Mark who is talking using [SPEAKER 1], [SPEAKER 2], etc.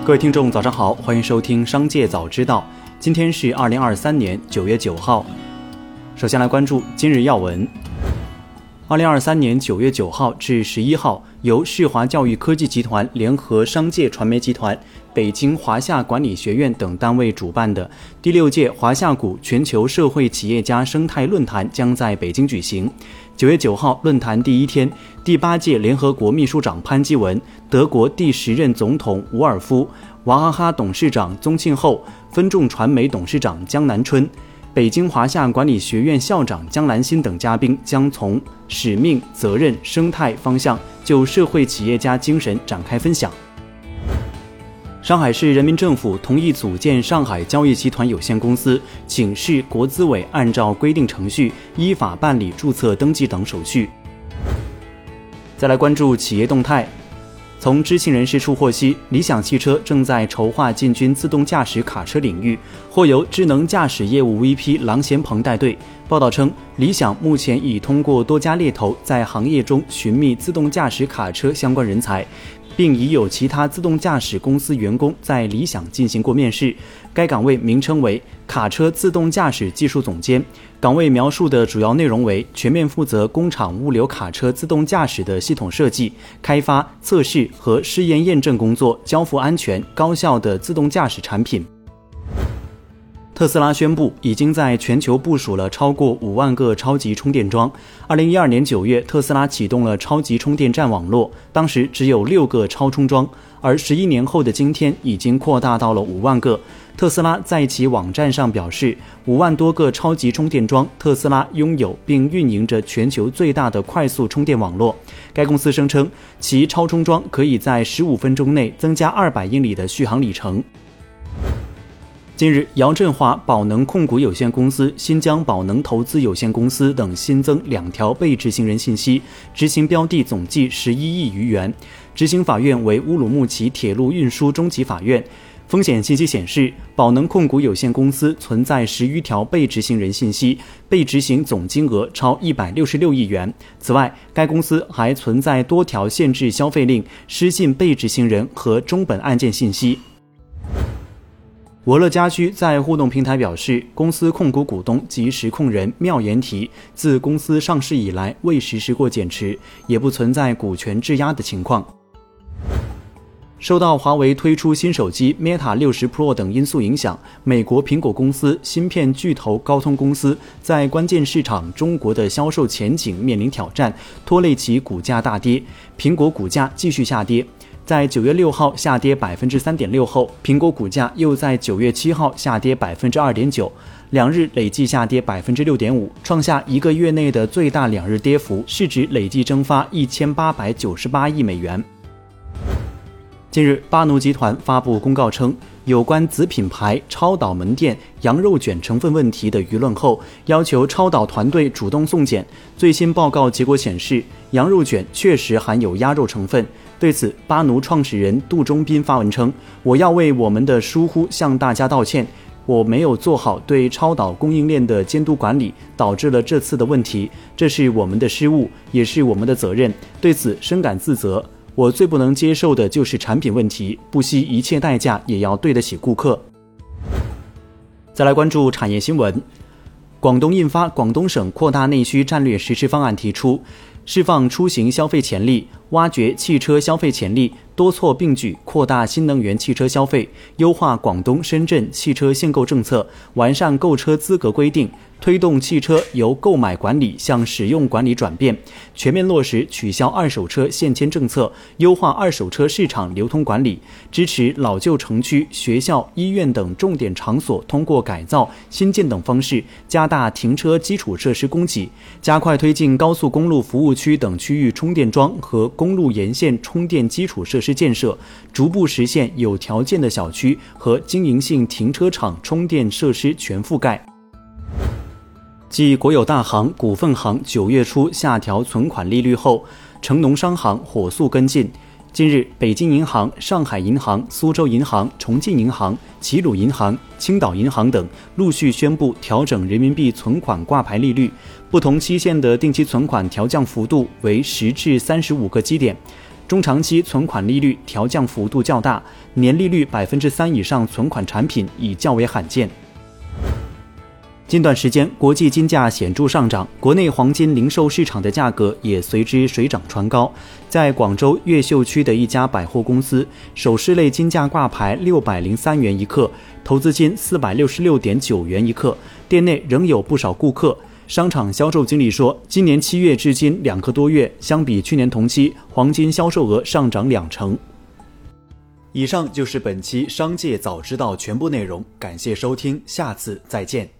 [SPEAKER 1] 各位听众早上好，欢迎收听商界早知道。今天是2023年9月9号。首先来关注今日要闻。2023年9月9号至11号，由世华教育科技集团联合商界传媒集团、北京华夏管理学院等单位主办的第6届华夏谷全球社会企业家生态论坛将在北京举行。9月9号，论坛第一天，第8届联合国秘书长潘基文、德国第10任总统伍尔夫、娃哈哈董事长宗庆后、分众传媒董事长江南春、北京华夏管理学院校长江兰新等嘉宾将从使命、责任、生态方向就社会企业家精神展开分享。上海市人民政府同意组建上海交易集团有限公司，请市国资委按照规定程序依法办理注册登记等手续。再来关注企业动态。从知情人士处获悉，理想汽车正在筹划进军自动驾驶卡车领域，或由智能驾驶业务 VP 郎咸鹏带队。报道称，理想目前已通过多家猎头在行业中寻觅自动驾驶卡车相关人才，并已有其他自动驾驶公司员工在理想进行过面试。该岗位名称为卡车自动驾驶技术总监，岗位描述的主要内容为全面负责工厂物流卡车自动驾驶的系统设计、开发、测试和试验验证工作，交付安全、高效的自动驾驶产品。特斯拉宣布，已经在全球部署了超过5万个超级充电桩。2012年9月，特斯拉启动了超级充电站网络，当时只有6个超充桩，而11年后的今天，已经扩大到了5万个。特斯拉在其网站上表示，5万多个超级充电桩，特斯拉拥有并运营着全球最大的快速充电网络。该公司声称，其超充桩可以在15分钟内增加200英里的续航里程。近日，姚振华宝能控股有限公司、新疆宝能投资有限公司等新增2条被执行人信息，执行标的总计11亿余元。执行法院为乌鲁木齐铁路运输中级法院。风险信息显示，宝能控股有限公司存在10余条被执行人信息，被执行总金额超166亿元。此外，该公司还存在多条限制消费令、失信被执行人和中本案件信息。我乐家居在互动平台表示，公司控股股东及实控人妙言提自公司上市以来未实施过减持，也不存在股权质押的情况。受到华为推出新手机 Meta 60 Pro 等因素影响，美国苹果公司、芯片巨头高通公司在关键市场中国的销售前景面临挑战，拖累其股价大跌。苹果股价继续下跌。在9月6号下跌 3.6% 后，苹果股价又在9月7号下跌 2.9%， 两日累计下跌 6.5%， 创下1个月内的最大2日跌幅，市值累计蒸发1898亿美元。近日，巴奴集团发布公告称，有关子品牌超导门店羊肉卷成分问题的舆论后，要求超导团队主动送检。最新报告结果显示，羊肉卷确实含有鸭肉成分。对此，巴奴创始人杜忠斌发文称，我要为我们的疏忽向大家道歉，我没有做好对超导供应链的监督管理，导致了这次的问题，这是我们的失误，也是我们的责任，对此深感自责。我最不能接受的就是产品问题，不惜一切代价也要对得起顾客。再来关注产业新闻。广东印发广东省扩大内需战略实施方案，提出释放出行消费潜力，挖掘汽车消费潜力，多措并举扩大新能源汽车消费，优化广东、深圳汽车限购政策，完善购车资格规定，推动汽车由购买管理向使用管理转变，全面落实取消二手车限迁政策，优化二手车市场流通管理，支持老旧城区、学校、医院等重点场所通过改造、新建等方式加大停车基础设施供给，加快推进高速公路服务区等区域充电桩和公路沿线充电基础设施建设，逐步实现有条件的小区和经营性停车场充电设施全覆盖。继国有大行、股份行9月初下调存款利率后，城农商行火速跟进。近日，北京银行、上海银行、苏州银行、重庆银行、齐鲁银行、青岛银行等陆续宣布调整人民币存款挂牌利率，不同期限的定期存款调降幅度为10至35个基点。 中长期存款利率调降幅度较大，年利率3%以上存款产品已较为罕见。近段时间，国际金价显著上涨，国内黄金零售市场的价格也随之水涨船高。在广州越秀区的一家百货公司，首饰类金价挂牌603元一克，投资金466.9元一克，店内仍有不少顾客。商场销售经理说，今年7月至今2个多月，相比去年同期，黄金销售额上涨20%。以上就是本期商界早知道全部内容，感谢收听，下次再见。